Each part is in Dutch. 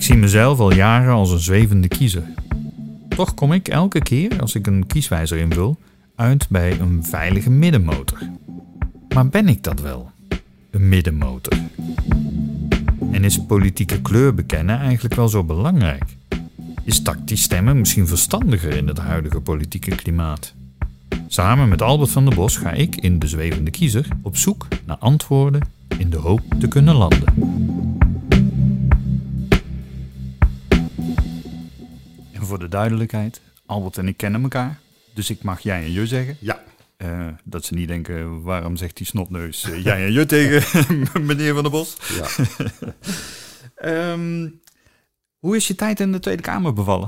zie mezelf al jaren als een zwevende kiezer. Toch kom ik elke keer als ik een kieswijzer invul uit bij een veilige middenmotor. Maar ben ik dat wel? Een middenmotor? En is politieke kleur bekennen eigenlijk wel zo belangrijk? Is tactisch stemmen misschien verstandiger in het huidige politieke klimaat? Samen met Albert van der Bos ga ik in De Zwevende Kiezer op zoek naar antwoorden in de hoop te kunnen landen. En voor de duidelijkheid, Albert en ik kennen elkaar, dus ik mag jij en je zeggen. Ja. Dat ze niet denken, waarom zegt die snotneus jij en je tegen meneer Van der Bos? Ja. Hoe is je tijd in de Tweede Kamer bevallen?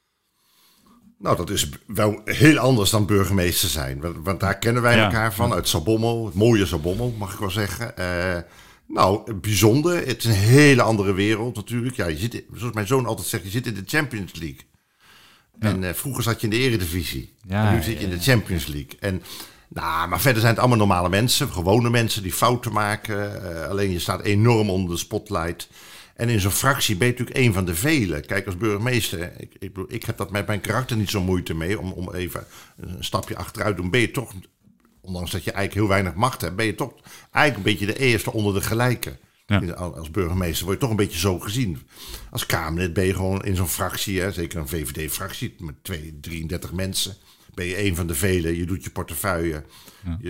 Nou, dat is wel heel anders dan burgemeester zijn. Want daar kennen wij elkaar van, uit Zaltbommel. Het mooie Zaltbommel, mag ik wel zeggen. Bijzonder. Het is een hele andere wereld natuurlijk. Ja, je zit, zoals mijn zoon altijd zegt, je zit in de Champions League. Ja. En vroeger zat je in de Eredivisie. Ja, en nu zit je in de Champions League. Maar verder zijn het allemaal normale mensen. Gewone mensen die fouten maken. Alleen je staat enorm onder de spotlight. En in zo'n fractie ben je natuurlijk een van de velen. Kijk, als burgemeester, ik heb dat met mijn karakter niet zo moeite mee. Om even een stapje achteruit te doen. Ben je toch, ondanks dat je eigenlijk heel weinig macht hebt, ben je toch eigenlijk een beetje de eerste onder de gelijken. Ja. Als burgemeester word je toch een beetje zo gezien. Als Kamerlid ben je gewoon in zo'n fractie, hè, zeker een VVD-fractie met 33 mensen. Ben je een van de velen, je doet je portefeuille. Ja.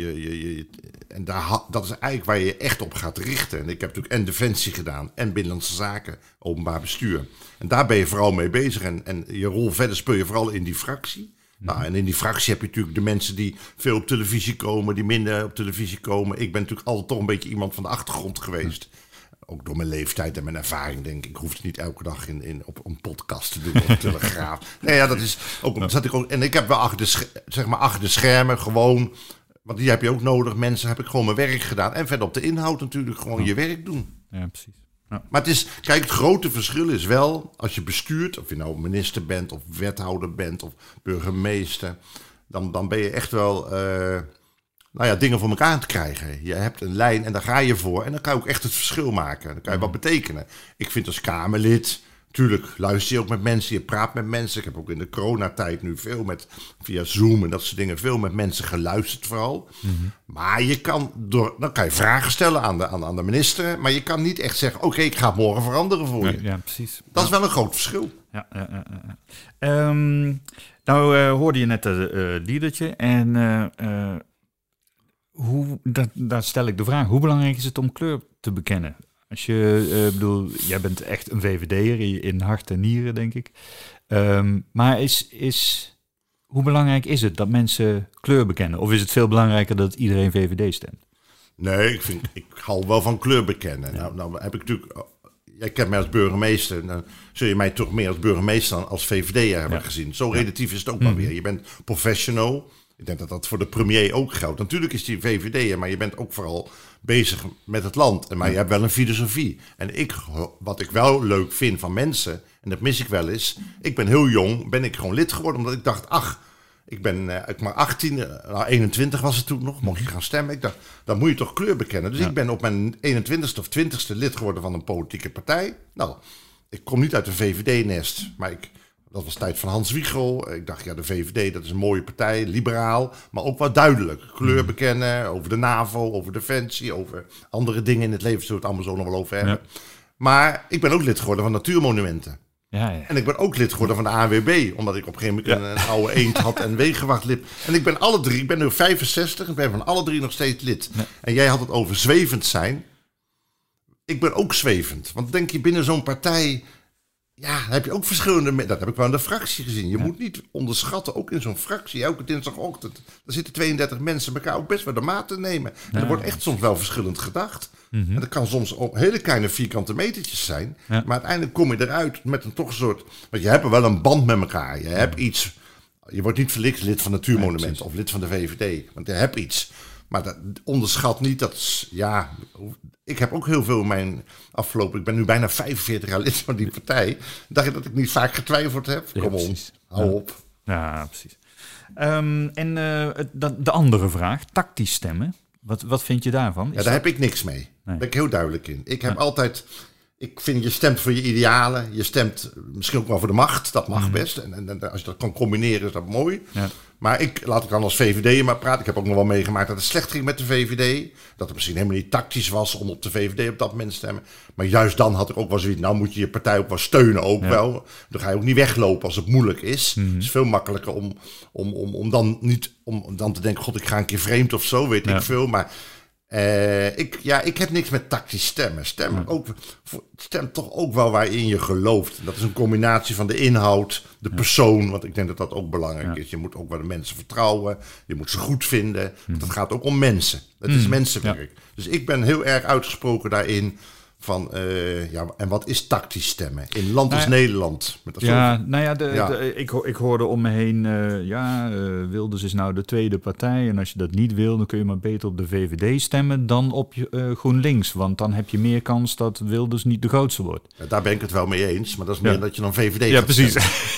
En dat is eigenlijk waar je je echt op gaat richten. En ik heb natuurlijk en Defensie gedaan, en Binnenlandse Zaken, openbaar bestuur. En daar ben je vooral mee bezig. En je rol verder speel je vooral in die fractie. Nou, en in die fractie heb je natuurlijk de mensen die veel op televisie komen, die minder op televisie komen. Ik ben natuurlijk altijd toch een beetje iemand van de achtergrond geweest. Ook door mijn leeftijd en mijn ervaring, denk ik. Ik hoef het niet elke dag op een podcast te doen of een telegraaf. Nee, ja, dat is ook. Zat ik ook. En ik heb wel achter de schermen gewoon. Want die heb je ook nodig. Mensen, heb ik gewoon mijn werk gedaan. En verder op de inhoud natuurlijk gewoon je werk doen. Ja, precies. Ja. Maar het grote verschil is wel, als je bestuurt, of je nou minister bent, of wethouder bent, of burgemeester, dan ben je echt wel dingen voor elkaar aan het krijgen. Je hebt een lijn en daar ga je voor. En dan kan je ook echt het verschil maken. Dan kan je wat betekenen. Ik vind als Kamerlid, natuurlijk luister je ook met mensen, je praat met mensen. Ik heb ook in de coronatijd nu veel via Zoom en dat soort dingen, veel met mensen geluisterd vooral. Mm-hmm. Maar dan kan je vragen stellen aan de minister, maar je kan niet echt zeggen, oké, ik ga het morgen veranderen voor je. Ja, precies. Dat is wel een groot verschil. Ja. Hoorde je net het liedertje en daar stel ik de vraag, hoe belangrijk is het om kleur te bekennen? Als je, jij bent echt een VVD'er in hart en nieren, denk ik. Maar hoe belangrijk is het dat mensen kleur bekennen? Of is het veel belangrijker dat iedereen VVD stemt? Nee, ik hou wel van kleur bekennen. Ja. Nou heb ik natuurlijk. Jij kent mij als burgemeester. Dan zul je mij toch meer als burgemeester dan als VVD'er hebben gezien. Zo relatief is het ook maar weer. Je bent professional. Ik denk dat dat voor de premier ook geldt. Natuurlijk is die VVD'er, maar je bent ook vooral bezig met het land. Maar je hebt wel een filosofie. En wat ik wel leuk vind van mensen, en dat mis ik wel eens. Ik ben heel jong, ben ik gewoon lid geworden. Omdat ik dacht, ik ben maar 18, 21 was het toen nog. Mocht je gaan stemmen. Ik dacht, dan moet je toch kleur bekennen. Dus ik ben op mijn 21ste of 20ste lid geworden van een politieke partij. Nou, ik kom niet uit een VVD-nest, maar dat was de tijd van Hans Wiegel. Ik dacht, de VVD, dat is een mooie partij, liberaal, maar ook wat duidelijk. Kleur bekennen, over de NAVO, over Defensie, over andere dingen in het leven, zullen we het allemaal zo nog wel over hebben. Ja. Maar ik ben ook lid geworden van Natuurmonumenten. Ja. En ik ben ook lid geworden van de ANWB, omdat ik op een gegeven moment een oude eend had en wegenwacht lid. En ik ben alle drie, ik ben nu 65 en ben van alle drie nog steeds lid. Ja. En jij had het over zwevend zijn. Ik ben ook zwevend, want denk je binnen zo'n partij. Ja, dan heb je ook verschillende. Dat heb ik wel in de fractie gezien. Je moet niet onderschatten, ook in zo'n fractie. Elke dinsdagochtend. Daar zitten 32 mensen elkaar ook best wel de maat te nemen. En er wordt echt soms wel verschillend gedacht. Mm-hmm. En dat kan soms op hele kleine vierkante metertjes zijn. Ja. Maar uiteindelijk kom je eruit met een toch een soort. Want je hebt wel een band met elkaar. Je hebt iets. Je wordt niet verlicht lid van Natuurmonumenten of lid van de VVD. Want je hebt iets. Maar dat onderschat niet dat. Ja. Ik heb ook heel veel in mijn afgelopen. Ik ben nu bijna 45 jaar lid van die partij. Dacht je dat ik niet vaak getwijfeld heb? Kom on, hou op. Ja, precies. De andere vraag, tactisch stemmen. Wat vind je daarvan? Daar heb ik niks mee. Nee. Daar ben ik heel duidelijk in. Ik heb altijd. Ik vind, je stemt voor je idealen. Je stemt misschien ook wel voor de macht. Dat mag best. En als je dat kan combineren, is dat mooi. Ja. Maar laat ik dan als VVD'er maar praten. Ik heb ook nog wel meegemaakt dat het slecht ging met de VVD. Dat het misschien helemaal niet tactisch was om op de VVD op dat moment te stemmen. Maar juist dan had ik ook wel zoiets. Nou moet je je partij ook wel steunen ook wel. Dan ga je ook niet weglopen als het moeilijk is. Het is veel makkelijker om dan te denken, god, ik ga een keer vreemd of zo, weet ik veel. Maar ik heb niks met tactisch stemmen. Stem toch ook wel waarin je gelooft. Dat is een combinatie van de inhoud, de persoon. Want ik denk dat dat ook belangrijk is. Je moet ook wel de mensen vertrouwen. Je moet ze goed vinden. Want het gaat ook om mensen. Het is mensenwerk. Ja. Dus ik ben heel erg uitgesproken daarin. Van, en wat is tactisch stemmen? In land als Nederland. Ik hoorde om me heen... Wilders is nou de tweede partij. En als je dat niet wil, dan kun je maar beter op de VVD stemmen... dan op GroenLinks. Want dan heb je meer kans dat Wilders niet de grootste wordt. Ja, daar ben ik het wel mee eens. Maar dat is meer dat je dan VVD gaat precies.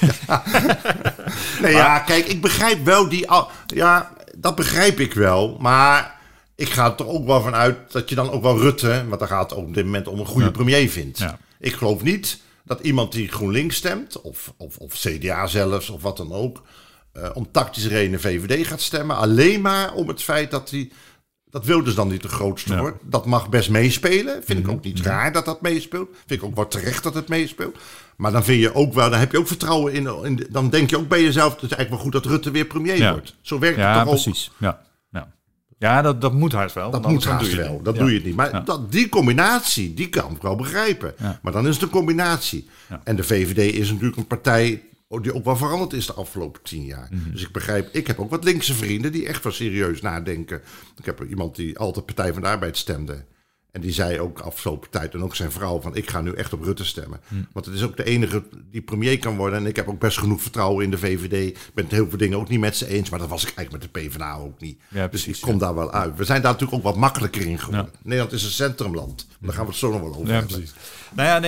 Kijk, ik begrijp wel die... Ja, dat begrijp ik wel. Maar... Ik ga er toch ook wel van uit dat je dan ook wel Rutte... want daar gaat het ook op dit moment om een goede premier vindt. Ja. Ik geloof niet dat iemand die GroenLinks stemt... of CDA zelfs, of wat dan ook... om tactische redenen VVD gaat stemmen. Alleen maar om het feit dat Wilders dan niet de grootste wordt. Dat mag best meespelen. Vind ik ook niet raar dat dat meespeelt. Vind ik ook wel terecht dat het meespeelt. Maar dan vind je ook wel, dan heb je ook vertrouwen in dan denk je ook bij jezelf... het is eigenlijk wel goed dat Rutte weer premier wordt. Zo werkt het toch ook. Precies. Ja, dat moet haast wel. Dat moet haast wel. Dat doe je het niet. Maar die combinatie, die kan ik wel begrijpen. Ja. Maar dan is het een combinatie. Ja. En de VVD is natuurlijk een partij die ook wel veranderd is de afgelopen 10 jaar. Dus ik heb ook wat linkse vrienden die echt wel serieus nadenken. Ik heb iemand die altijd Partij van de Arbeid stemde. En die zei ook afgelopen tijd, en ook zijn vrouw, van ik ga nu echt op Rutte stemmen. Want het is ook de enige die premier kan worden. En ik heb ook best genoeg vertrouwen in de VVD. Ik ben het heel veel dingen ook niet met ze eens. Maar dat was ik eigenlijk met de PvdA ook niet. Ja, precies, dus ik kom daar wel uit. We zijn daar natuurlijk ook wat makkelijker in geworden. Ja. Nederland is een centrumland. Daar gaan we het zo nog wel over hebben. Precies. Nou ja,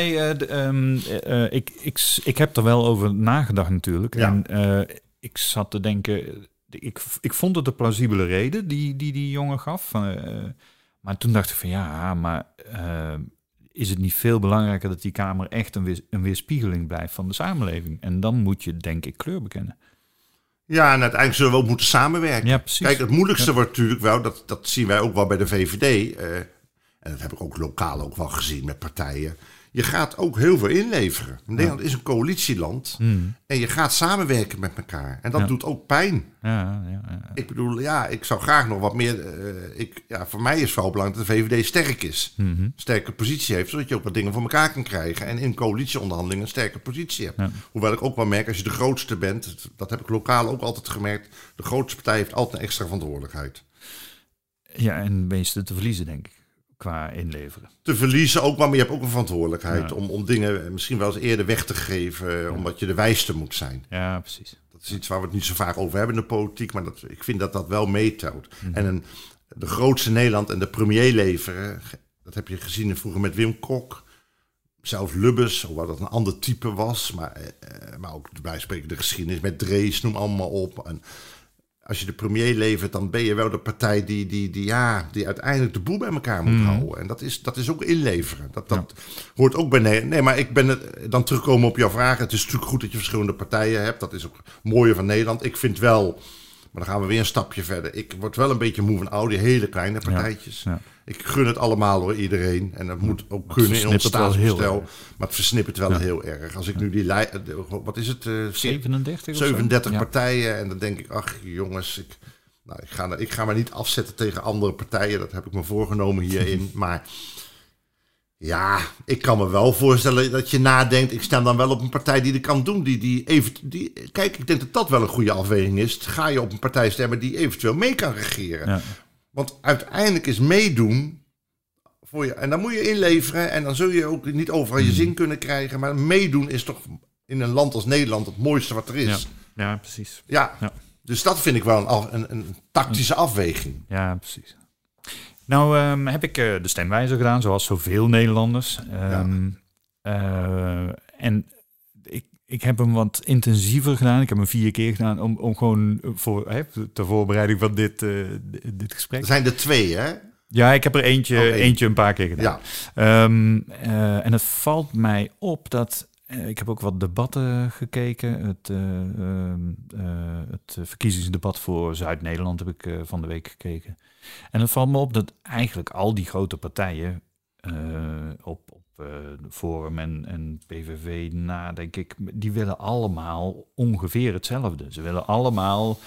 ik heb er wel over nagedacht natuurlijk. Ja. En ik zat te denken, ik vond het een plausibele reden die jongen gaf. Maar toen dacht ik van is het niet veel belangrijker dat die Kamer echt een weerspiegeling blijft van de samenleving? En dan moet je, denk ik, kleur bekennen. Ja, en uiteindelijk zullen we ook moeten samenwerken. Ja, precies. Kijk, het moeilijkste wordt natuurlijk wel, dat zien wij ook wel bij de VVD... en dat heb ik ook lokaal ook wel gezien met partijen... Je gaat ook heel veel inleveren. Nederland is een coalitieland. En je gaat samenwerken met elkaar. En dat doet ook pijn. Ja. Ik bedoel, ik zou graag nog wat meer... voor mij is het vooral belangrijk dat de VVD sterk is. Een sterke positie heeft, zodat je ook wat dingen voor elkaar kan krijgen. En in coalitieonderhandelingen een sterke positie hebt. Ja. Hoewel ik ook wel merk, als je de grootste bent... Dat heb ik lokaal ook altijd gemerkt. De grootste partij heeft altijd een extra verantwoordelijkheid. Ja, en meeste te verliezen, denk ik. Qua inleveren. Te verliezen ook wel, maar je hebt ook een verantwoordelijkheid om dingen misschien wel eens eerder weg te geven, omdat je de wijste moet zijn. Ja, precies. Dat is iets waar we het niet zo vaak over hebben in de politiek, maar ik vind dat dat wel meetelt. En de grootste Nederland en de premier leveren, dat heb je gezien vroeger met Wim Kok, zelfs Lubbers, hoewel dat een ander type was, maar ook bij spreken de geschiedenis met Drees, noem allemaal op. En als je de premier levert, dan ben je wel de partij die uiteindelijk de boel bij elkaar moet houden. En dat is ook inleveren. Dat hoort ook bij Nederland. Nee, maar ik ben het dan terugkomen op jouw vraag. Het is natuurlijk goed dat je verschillende partijen hebt. Dat is ook het mooie van Nederland. Ik vind wel, maar dan gaan we weer een stapje verder. Ik word wel een beetje moe van al die hele kleine partijtjes. Ja. Ik gun het allemaal hoor, iedereen. En dat moet ook kunnen in ons staatsbestel. Maar het versnippert wel heel erg. Als ik nu wat is het? 37 partijen. En dan denk ik, ach jongens, ik ga me niet afzetten tegen andere partijen. Dat heb ik me voorgenomen hierin. Maar ja, ik kan me wel voorstellen dat je nadenkt. Ik stem dan wel op een partij die dat kan doen. Kijk, ik denk dat dat wel een goede afweging is. Ga je op een partij stemmen die eventueel mee kan regeren. Ja. Want uiteindelijk is meedoen voor je. En dan moet je inleveren. En dan zul je ook niet overal je zin kunnen krijgen. Maar meedoen is toch in een land als Nederland het mooiste wat er is. Ja precies. Ja. Dus dat vind ik wel een tactische afweging. Ja, precies. Nou heb ik de stemwijzer gedaan, zoals zoveel Nederlanders. En ik heb hem wat intensiever gedaan. Ik heb hem 4 keer gedaan om gewoon ter voorbereiding van dit gesprek. Er zijn er 2, hè? Ja, ik heb er eentje een paar keer gedaan. Ja. En het valt mij op dat... ik heb ook wat debatten gekeken. Het verkiezingsdebat voor Zuid-Nederland heb ik van de week gekeken. En het valt me op dat eigenlijk al die grote partijen... op Forum en PVV na, denk ik... die willen allemaal ongeveer hetzelfde. Ze willen allemaal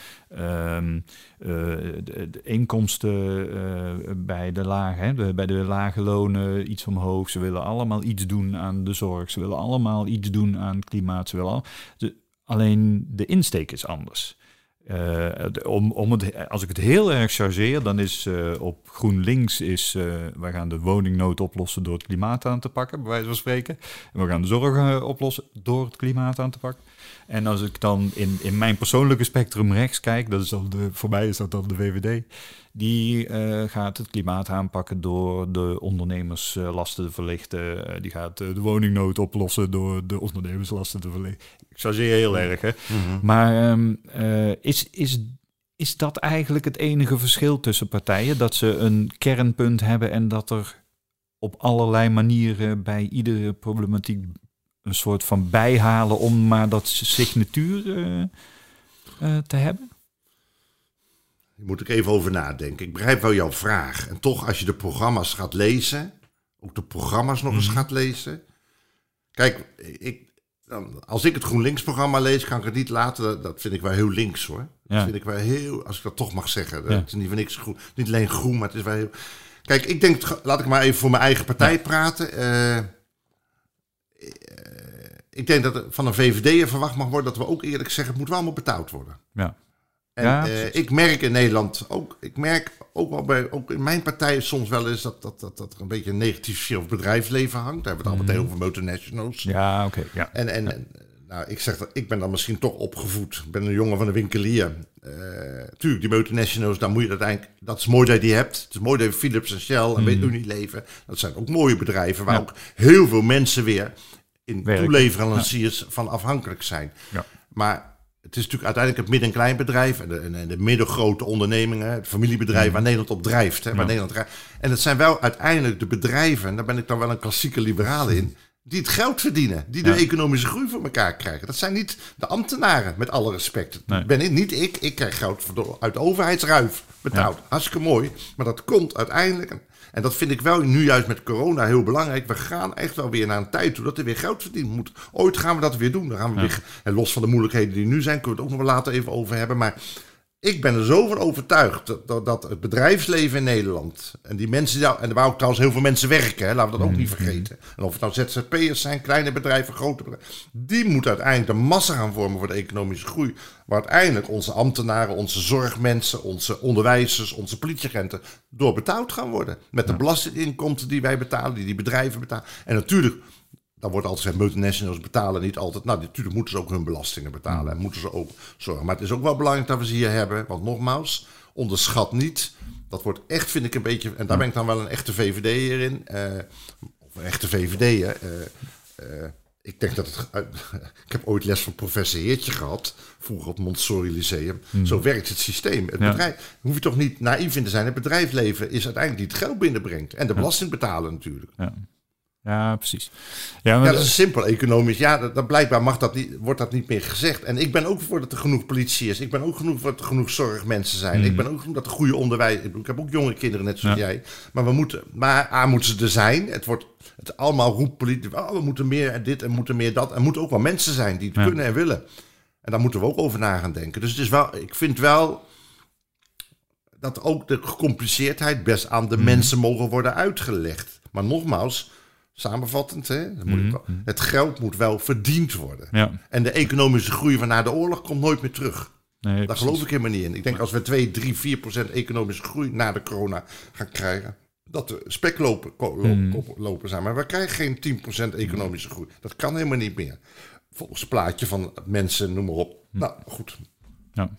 de inkomsten bij de lage, bij de lage lonen iets omhoog. Ze willen allemaal iets doen aan de zorg. Ze willen allemaal iets doen aan het klimaat. Alleen de insteek is anders. Als ik het heel erg chargeer, dan is op GroenLinks wij gaan de woningnood oplossen door het klimaat aan te pakken, bij wijze van spreken. En we gaan de zorg oplossen door het klimaat aan te pakken. En als ik dan in mijn persoonlijke spectrum rechts kijk, voor mij is dat dan de VVD, die gaat het klimaat aanpakken door de ondernemerslasten te verlichten. Die gaat de woningnood oplossen door de ondernemerslasten te verlichten. Ik chargeer heel erg, hè. Mm-hmm. Maar is dat eigenlijk het enige verschil tussen partijen? Dat ze een kernpunt hebben en dat er op allerlei manieren bij iedere problematiek een soort van bijhalen om maar dat signatuur te hebben? Daar moet ik even over nadenken. Ik begrijp wel jouw vraag. En toch, als je de programma's gaat lezen, ook de programma's nog eens gaat lezen. Kijk, als ik het GroenLinks-programma lees, kan ik het niet laten. Dat vind ik wel heel links, hoor. Ja. Dat vind ik wel heel, als ik dat toch mag zeggen. Het is niet voor niks groen. Niet alleen groen, maar het is wel heel... Kijk, ik denk, laat ik maar even voor mijn eigen partij praten. Ik denk dat er van een VVD'er verwacht mag worden dat we ook eerlijk zeggen, het moet wel allemaal betaald worden. Ja. En ik merk in Nederland ook, ook in mijn partij soms wel eens dat er een beetje een negatief sfeer op het bedrijfsleven hangt. Daar hebben we het allemaal over multinationals. Ja, oké. Ja. Nou, ik zeg dat ik ben dan misschien toch opgevoed. Ik ben een jongen van een winkelier. Tuurlijk, die multinationals, dan moet je uiteindelijk. Dat is mooi dat je die hebt. Het is mooi dat je Philips en Shell en Unilever. Dat zijn ook mooie bedrijven waar ook heel veel mensen weer in toeleveranciers van afhankelijk zijn. Ja. Maar het is natuurlijk uiteindelijk het midden- en kleinbedrijf en de middengrote ondernemingen, het familiebedrijf waar Nederland op drijft. Hè, en het zijn wel uiteindelijk de bedrijven, en daar ben ik dan wel een klassieke liberaal in, die het geld verdienen, die de economische groei voor elkaar krijgen. Dat zijn niet de ambtenaren, met alle respect. Nee. Ik krijg geld uit de overheidsruif betaald. Ja. Hartstikke mooi, maar dat komt uiteindelijk... En dat vind ik wel nu juist met corona heel belangrijk. We gaan echt wel weer naar een tijd toe dat er weer geld verdiend moet. Ooit gaan we dat weer doen. Dan gaan we weer, en los van de moeilijkheden die nu zijn, kunnen we het ook nog wel later even over hebben. Maar ik ben er zo van overtuigd dat het bedrijfsleven in Nederland en die mensen, en er waar ook trouwens heel veel mensen werken, hè, laten we dat ook niet vergeten. En of het nou ZZP'ers zijn, kleine bedrijven, grote bedrijven, die moeten uiteindelijk de massa gaan vormen voor de economische groei. Waar uiteindelijk onze ambtenaren, onze zorgmensen, onze onderwijzers, onze politieagenten door betaald gaan worden. Met de belastinginkomsten die wij betalen, die bedrijven betalen. En natuurlijk, dan wordt altijd gezegd, multinationals betalen niet altijd. Nou, natuurlijk moeten ze ook hun belastingen betalen. En moeten ze ook zorgen. Maar het is ook wel belangrijk dat we ze hier hebben. Want nogmaals, onderschat niet. Dat wordt echt, vind ik, een beetje... En daar ben ik dan wel een echte VVD'er in. Of een echte VVD'er. Ik denk dat ik heb ooit les van professor Heertje gehad. Vroeger op Montessori Lyceum. Zo werkt het systeem. Het bedrijf, hoef je toch niet naïef in te zijn. Het bedrijfsleven is uiteindelijk die het geld binnenbrengt. En de belasting betalen natuurlijk. Ja, precies. Ja, dat is simpel economisch. Ja, dat blijkbaar wordt dat niet meer gezegd. En ik ben ook voor dat er genoeg politie is. Ik ben ook voor dat er genoeg zorgmensen zijn. Ik ben ook voor dat er goede onderwijs... Ik heb ook jonge kinderen, net zoals jij. Maar moeten ze er zijn. Het allemaal roept politie. We moeten meer dit en moeten meer dat. Er moeten ook wel mensen zijn die het kunnen en willen. En daar moeten we ook over na gaan denken. Dus het is wel, ik vind wel dat ook de gecompliceerdheid best aan de mensen mogen worden uitgelegd. Maar nogmaals, samenvattend, het geld moet wel verdiend worden. Ja. En de economische groei van na de oorlog komt nooit meer terug. Nee, daar geloof ik helemaal niet in. Ik denk als we 2, 3, 4% economische groei na de corona gaan krijgen, dat de speklopen zijn. Maar we krijgen geen 10% economische groei. Dat kan helemaal niet meer. Volgens het plaatje van mensen, noem maar op. Nou, goed. Ja.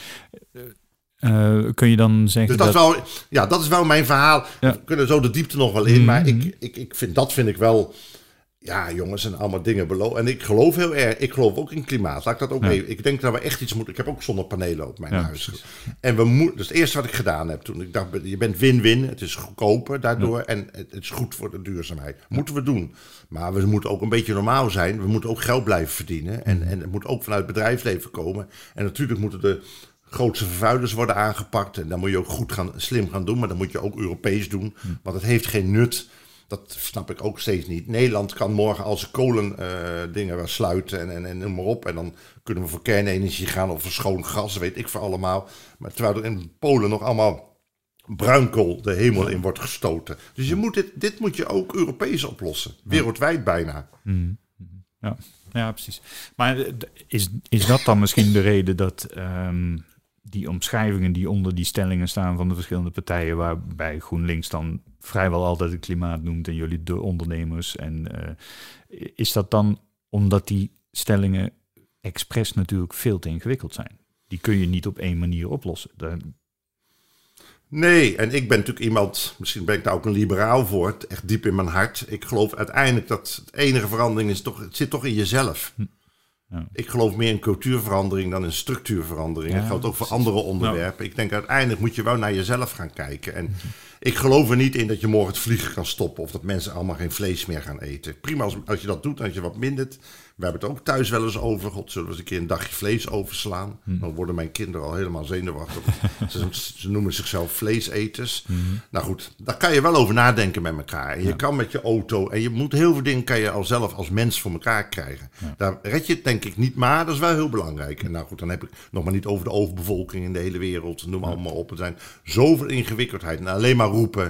Kun je dan zeggen dus dat is wel mijn verhaal. We kunnen zo de diepte nog wel in. Maar dat vind ik wel... Ja, jongens, en allemaal dingen beloven. En ik geloof heel erg. Ik geloof ook in klimaat. Laat ik dat ook even. Ik denk dat we echt iets moeten. Ik heb ook zonnepanelen op mijn huis. Precies. En we moeten. Dus het eerste wat ik gedaan heb toen. Ik dacht, je bent win-win. Het is goedkoper daardoor. En het is goed voor de duurzaamheid. Moeten we doen. Maar we moeten ook een beetje normaal zijn. We moeten ook geld blijven verdienen. En het moet ook vanuit het bedrijfsleven komen. En natuurlijk moeten de grootste vervuilers worden aangepakt. En dan moet je ook slim gaan doen. Maar dan moet je ook Europees doen. Want het heeft geen nut. Dat snap ik ook steeds niet. Nederland kan morgen als ze kolen dingen weer sluiten en noem maar op. En dan kunnen we voor kernenergie gaan of voor schoon gas, weet ik voor allemaal. Maar terwijl er in Polen nog allemaal bruinkool de hemel in wordt gestoten. Dus dit moet je ook Europees oplossen. Wereldwijd bijna. Ja, precies. Maar is dat dan misschien de reden dat die omschrijvingen die onder die stellingen staan van de verschillende partijen, waarbij GroenLinks dan vrijwel altijd het klimaat noemt en jullie de ondernemers. En is dat dan omdat die stellingen expres natuurlijk veel te ingewikkeld zijn? Die kun je niet op één manier oplossen. Nee, en ik ben natuurlijk iemand, misschien ben ik daar ook een liberaal voor, echt diep in mijn hart. Ik geloof uiteindelijk dat de enige verandering is het zit toch in jezelf. Ja. Ik geloof meer in cultuurverandering dan in structuurverandering. Dat geldt ook voor andere onderwerpen. Ik denk uiteindelijk moet je wel naar jezelf gaan kijken. En ik geloof er niet in dat je morgen het vliegen kan stoppen of dat mensen allemaal geen vlees meer gaan eten. Prima als je dat doet, als je wat mindert. We hebben het ook thuis wel eens over. God, zullen we eens een keer een dagje vlees overslaan? Dan worden mijn kinderen al helemaal zenuwachtig. Ze noemen zichzelf vleeseters. Nou goed, daar kan je wel over nadenken met elkaar. En je kan met je auto. En je moet heel veel dingen kan je al zelf als mens voor elkaar krijgen. Ja. Daar red je het denk ik niet, maar dat is wel heel belangrijk. En nou goed, dan heb ik nog maar niet over de overbevolking in de hele wereld. Noem allemaal op. Er zijn zoveel ingewikkeldheid. En alleen maar roepen.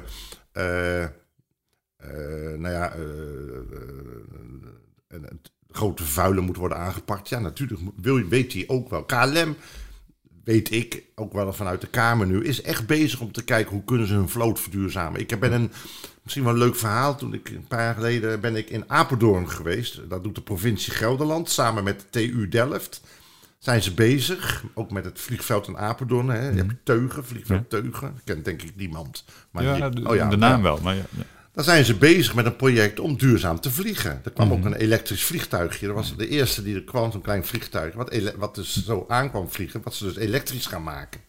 Grote vervuiler moet worden aangepakt. Ja, natuurlijk weet hij ook wel. KLM, weet ik, ook wel vanuit de Kamer nu, is echt bezig om te kijken hoe kunnen ze hun vloot verduurzamen. Ik ben misschien wel een leuk verhaal. Toen een paar jaar geleden ben ik in Apeldoorn geweest. Dat doet de provincie Gelderland samen met de TU Delft. Zijn ze bezig, ook met het vliegveld in Apeldoorn. Hè. Je hebt Teugen, vliegveld Teugen. Dat kent denk ik niemand. Maar de naam wel, maar ja. Dan zijn ze bezig met een project om duurzaam te vliegen. Er kwam ook een elektrisch vliegtuigje. Dat was de eerste die er kwam, zo'n klein vliegtuig. Wat dus zo aankwam vliegen. Wat ze dus elektrisch gaan maken.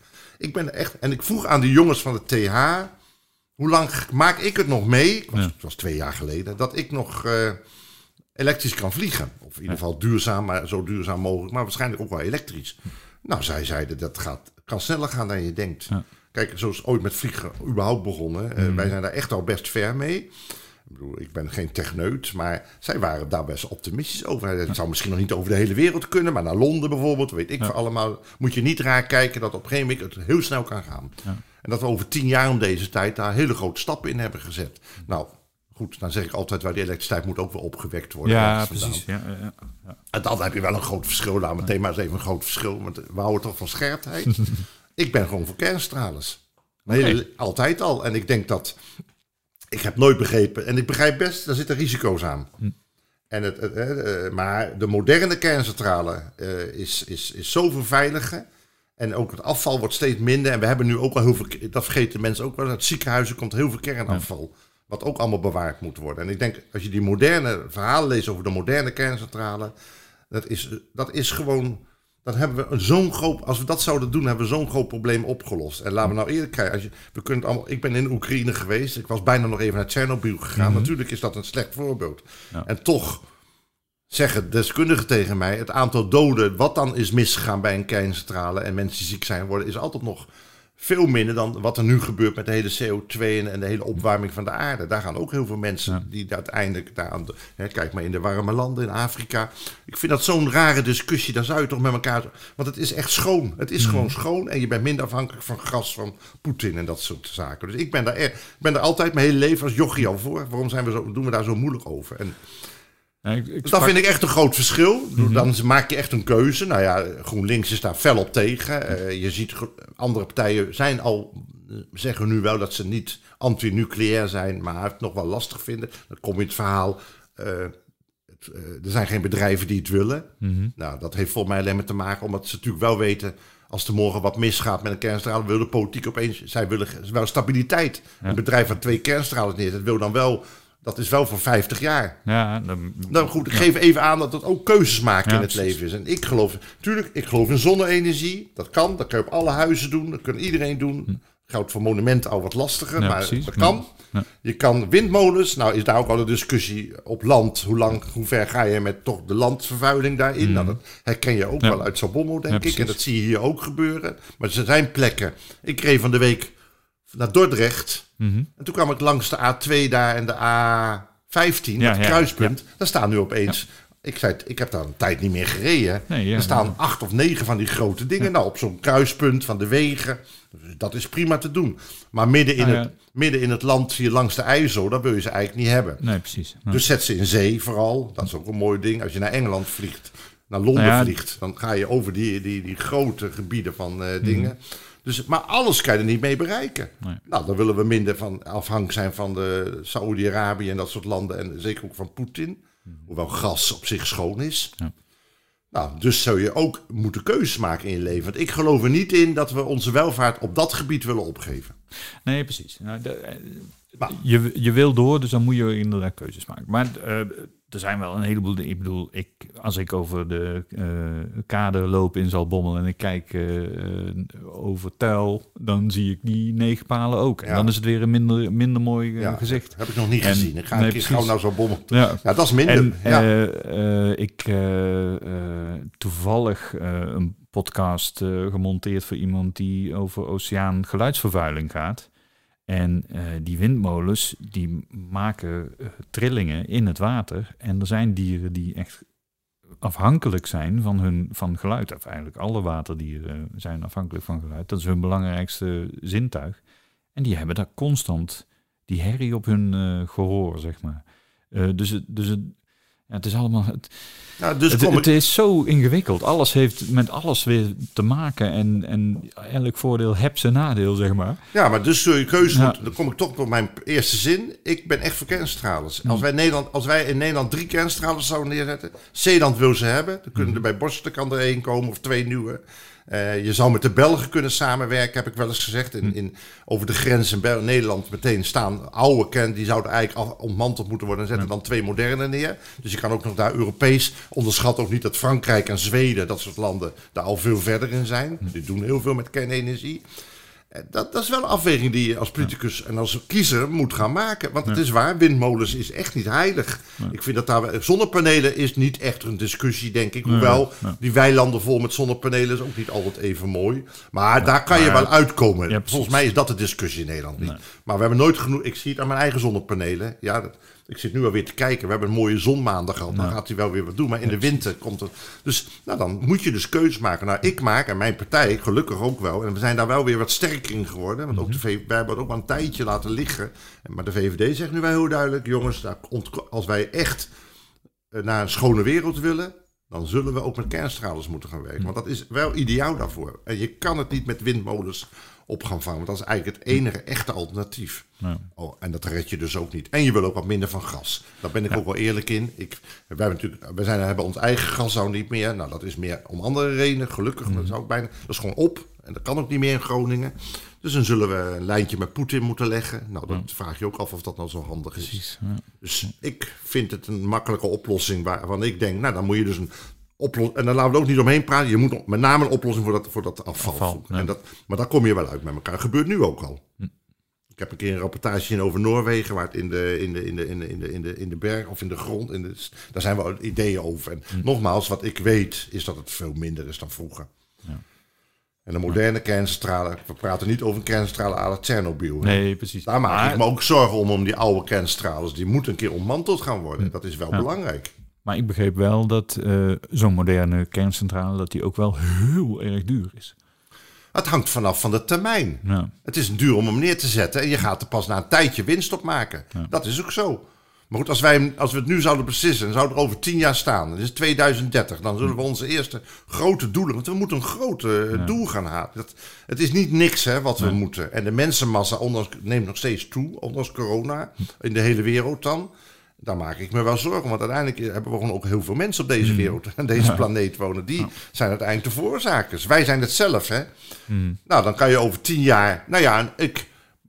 En ik vroeg aan de jongens van de TH. Hoe lang maak ik het nog mee? Het was 2 jaar geleden. Dat ik nog elektrisch kan vliegen. Of in ieder geval duurzaam, maar zo duurzaam mogelijk. Maar waarschijnlijk ook wel elektrisch. Nou, zij zeiden dat kan sneller gaan dan je denkt. Ja. Kijk, zo is ooit met vliegen überhaupt begonnen. Wij zijn daar echt al best ver mee. Ik ben geen techneut, maar zij waren daar best optimistisch over. Het zou misschien nog niet over de hele wereld kunnen, maar naar Londen bijvoorbeeld, weet ik voor allemaal. Moet je niet raar kijken dat op een gegeven moment het heel snel kan gaan. Ja. En dat we over 10 jaar om deze tijd daar hele grote stappen in hebben gezet. Nou, goed, dan zeg ik altijd, waar die elektriciteit moet ook wel opgewekt worden. Ja, precies. Ja. En dan heb je wel een groot verschil. Nou, meteen maar eens even een groot verschil, want we houden toch van scherpheid. Ik ben gewoon voor kernstralers. Altijd al. En ik denk dat... Ik heb nooit begrepen... En ik begrijp best, daar zitten risico's aan. En maar de moderne kerncentrale is zoveel veiliger. En ook het afval wordt steeds minder. En we hebben nu ook al heel veel... Dat vergeten mensen ook wel. Uit ziekenhuizen komt heel veel kernafval. Wat ook allemaal bewaard moet worden. En ik denk, als je die moderne verhalen leest over de moderne kerncentrale... Dat is gewoon... Dan hebben we zo'n groot... Als we dat zouden doen, hebben we zo'n groot probleem opgelost. En laten we nou eerlijk kijken. Ik ben in Oekraïne geweest. Ik was bijna nog even naar Tsjernobyl gegaan. Natuurlijk is dat een slecht voorbeeld. Ja. En toch zeggen deskundigen tegen mij... het aantal doden, wat dan is misgegaan bij een kerncentrale... en mensen die ziek zijn worden, is altijd nog... veel minder dan wat er nu gebeurt met de hele CO2 en de hele opwarming van de aarde. Daar gaan ook heel veel mensen die uiteindelijk daaraan... Kijk maar in de warme landen, in Afrika. Ik vind dat zo'n rare discussie. Daar zou je toch met elkaar... Want het is echt schoon. Het is gewoon schoon en je bent minder afhankelijk van gas van Poetin en dat soort zaken. Dus ik ben daar altijd mijn hele leven als jochie al voor. Waarom doen we daar zo moeilijk over? En... Dus dat vind ik echt een groot verschil. Dan maak je echt een keuze. Nou ja, GroenLinks is daar fel op tegen. Je ziet, andere partijen zeggen nu wel dat ze niet anti-nucleair zijn, maar het nog wel lastig vinden. Dan kom je het verhaal, er zijn geen bedrijven die het willen. Nou, dat heeft volgens mij alleen maar te maken omdat ze natuurlijk wel weten, als er morgen wat misgaat met een kerncentrale, wil de politiek opeens, zij willen wel stabiliteit. Een bedrijf van 2 kerncentrales neerzet, wil dan wel Dat is wel voor 50 jaar. Ja, Nou goed, ik geef even aan dat het ook keuzes maken in het leven is. En ik geloof in zonne-energie. Dat kan je op alle huizen doen. Dat kan iedereen doen. Geldt voor monumenten al wat lastiger, maar precies. Dat kan. Ja. Je kan windmolens. Nou is daar ook al een discussie op land. Hoe ver ga je met toch de landvervuiling daarin? Nou, dat herken je ook wel uit Zaltbommel, denk ik. En dat zie je hier ook gebeuren. Maar er zijn plekken. Ik reed van de week naar Dordrecht. En toen kwam ik langs de A2 daar en de A15, het kruispunt. Daar staan nu opeens... Ik heb daar een tijd niet meer gereden. Er staan 8 of 9 van die grote dingen. Nou, op zo'n kruispunt van de wegen. Dat is prima te doen. Maar midden in het land hier langs de IJssel, dat wil je ze eigenlijk niet hebben. Nee, precies. Ja. Dus zet ze in zee vooral. Dat is ook een mooi ding. Als je naar Engeland vliegt, naar Londen vliegt, dan ga je over die grote gebieden van dingen. Dus, maar alles kan je er niet mee bereiken. Nee. Nou, dan willen we minder van afhankelijk zijn van de Saoedi-Arabië en dat soort landen. En zeker ook van Poetin. Hoewel gas op zich schoon is. Ja. Nou, dus zou je ook moeten keuzes maken in je leven. Want ik geloof er niet in dat we onze welvaart op dat gebied willen opgeven. Nee, precies. Nou, je wil door, dus dan moet je inderdaad keuzes maken. Maar er zijn wel een heleboel... Ik bedoel, als ik over de kade loop in Zaltbommel en ik kijk over Tuil, dan zie ik die 9 palen ook. En dan is het weer een minder mooi gezicht. Heb ik nog niet gezien. Ik ga een keer gauw naar Zaltbommel. Ja, dat is minder. Ik toevallig een podcast gemonteerd voor iemand die over oceaangeluidsvervuiling gaat. En die windmolens, die maken trillingen in het water. En er zijn dieren die echt afhankelijk zijn van geluid. Of eigenlijk alle waterdieren zijn afhankelijk van geluid. Dat is hun belangrijkste zintuig. En die hebben daar constant die herrie op hun gehoor, zeg maar. Het is allemaal... Het is zo ingewikkeld. Alles heeft met alles weer te maken. En elk voordeel heeft zijn nadeel, zeg maar. Ja, maar dus zul je keuze moeten... Dan kom ik toch op mijn eerste zin. Ik ben echt voor kernstralers. Als wij in Nederland 3 kernstralers zouden neerzetten... Zeeland wil ze hebben. Dan kunnen er bij Borsten kan er 1 komen of 2 nieuwe. Je zou met de Belgen kunnen samenwerken, heb ik wel eens gezegd. Over de grens in Nederland meteen staan oude kern. Die zouden eigenlijk ontmanteld moeten worden. En zetten dan 2 moderne neer. Dus je kan ook nog daar Europees. Onderschat ook niet dat Frankrijk en Zweden, dat soort landen, daar al veel verder in zijn. Die doen heel veel met kernenergie. Dat is wel een afweging die je als politicus en als kiezer moet gaan maken. Want het is waar, windmolens is echt niet heilig. Nee. Ik vind dat daar... Zonnepanelen is niet echt een discussie, denk ik. Hoewel, die weilanden vol met zonnepanelen is ook niet altijd even mooi. Maar daar kan je wel uitkomen. Ja, volgens mij is dat de discussie in Nederland niet. Nee. Maar we hebben nooit genoeg... Ik zie het aan mijn eigen zonnepanelen. Ja, ik zit nu alweer te kijken. We hebben een mooie zonmaanden gehad. Dan gaat hij wel weer wat doen. Maar in de winter komt het... Dus dan moet je dus keuzes maken. Nou, ik maak en mijn partij gelukkig ook wel. En we zijn daar wel weer wat sterker in geworden. Want ook wij hebben het ook maar een tijdje laten liggen. Maar de VVD zegt nu wel heel duidelijk... Jongens, als wij echt naar een schone wereld willen... dan zullen we ook met kernstralers moeten gaan werken. Want dat is wel ideaal daarvoor. En je kan het niet met windmolens op gaan vangen. Want dat is eigenlijk het enige echte alternatief. Ja. En dat red je dus ook niet. En je wil ook wat minder van gas. Daar ben ik ook wel eerlijk in. We hebben ons eigen gas nou niet meer. Nou, dat is meer om andere redenen. Gelukkig, dat is gewoon op. En dat kan ook niet meer in Groningen. Dus dan zullen we een lijntje met Poetin moeten leggen. Nou, dan vraag je ook af of dat nou zo handig is. Precies, ja. Dus ik vind het een makkelijke oplossing waarvan ik denk... Nou, dan moet je dus een oplossing... En dan laten we er ook niet omheen praten. Je moet met name een oplossing voor dat afval zoeken. Ja. Maar daar kom je wel uit met elkaar. Dat gebeurt nu ook al. Ik heb een keer een rapportage gezien over Noorwegen... waar het in de berg of in de grond... daar zijn wel ideeën over. En nogmaals, wat ik weet... is dat het veel minder is dan vroeger. Ja. En de moderne kerncentrale, we praten niet over een kerncentrale à la Tsjernobyl. Nee, precies. Daar maak ik me ook zorgen om die oude kerncentrales. Die moeten een keer ontmanteld gaan worden. Dat is wel belangrijk. Maar ik begreep wel dat zo'n moderne kerncentrale... dat die ook wel heel erg duur is. Het hangt vanaf van de termijn. Ja. Het is duur om hem neer te zetten... en je gaat er pas na een tijdje winst op maken. Ja. Dat is ook zo. Maar goed, als we het nu zouden beslissen... dan zou er over 10 jaar staan. Dat is 2030. Dan zullen we onze eerste grote doelen... want we moeten een groot doel gaan halen. Het is niet niks wat we moeten. En de mensenmassa neemt nog steeds toe... ondanks corona, in de hele wereld dan. Daar maak ik me wel zorgen. Want uiteindelijk hebben we gewoon ook heel veel mensen op deze wereld... en deze planeet wonen. Die zijn uiteindelijk de veroorzakers. Wij zijn het zelf, hè. Nou, dan kan je over 10 jaar... Nou ja,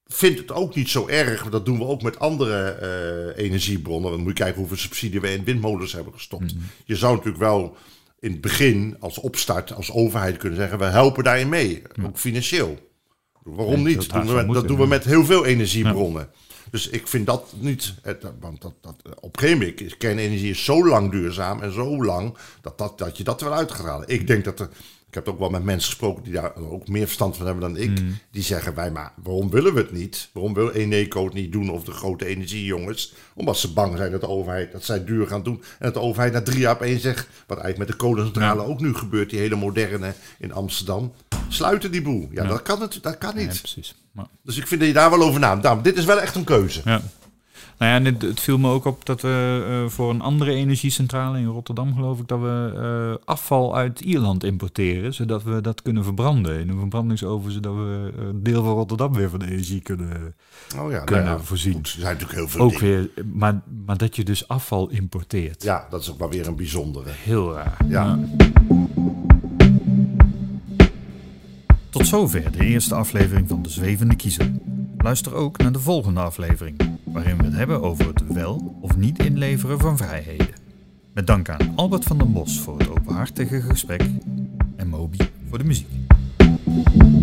vind het ook niet zo erg. Dat doen we ook met andere energiebronnen. Dan moet je kijken hoeveel subsidie we in windmolens hebben gestopt. Je zou natuurlijk wel in het begin als opstart, als overheid kunnen zeggen, we helpen daarin mee. Ook financieel. Waarom niet? Dat doen we met heel veel energiebronnen. Ja. Dus ik vind dat niet, want op een gegeven moment is kernenergie zo lang duurzaam en zo lang dat je dat wel uit gaat halen. Ik denk dat ik heb ook wel met mensen gesproken die daar ook meer verstand van hebben dan ik. Die zeggen maar waarom willen we het niet? Waarom wil Eneco het niet doen of de grote energiejongens? Omdat ze bang zijn dat de overheid dat zij duur gaan doen. En dat de overheid na 3 jaar opeens zegt, wat eigenlijk met de kolencentrale ook nu gebeurt, die hele moderne in Amsterdam. Sluiten die boel. Ja. Dat kan niet. Ja, precies. Maar... Dus ik vind dat je daar wel over nadenkt. Dit is wel echt een keuze. Ja. Nou ja, het viel me ook op dat we voor een andere energiecentrale in Rotterdam, geloof ik, dat we afval uit Ierland importeren, zodat we dat kunnen verbranden in een verbrandingsoven, zodat we een deel van Rotterdam weer van de energie kunnen voorzien. Goed, er zijn natuurlijk heel veel ook dingen. Weer, maar dat je dus afval importeert. Ja, dat is ook wel weer een bijzondere. Heel raar. Ja. Tot zover de eerste aflevering van De Zwevende Kiezer. Luister ook naar de volgende aflevering, waarin we het hebben over het wel of niet inleveren van vrijheden. Met dank aan Albert van den Bos voor het openhartige gesprek en Moby voor de muziek.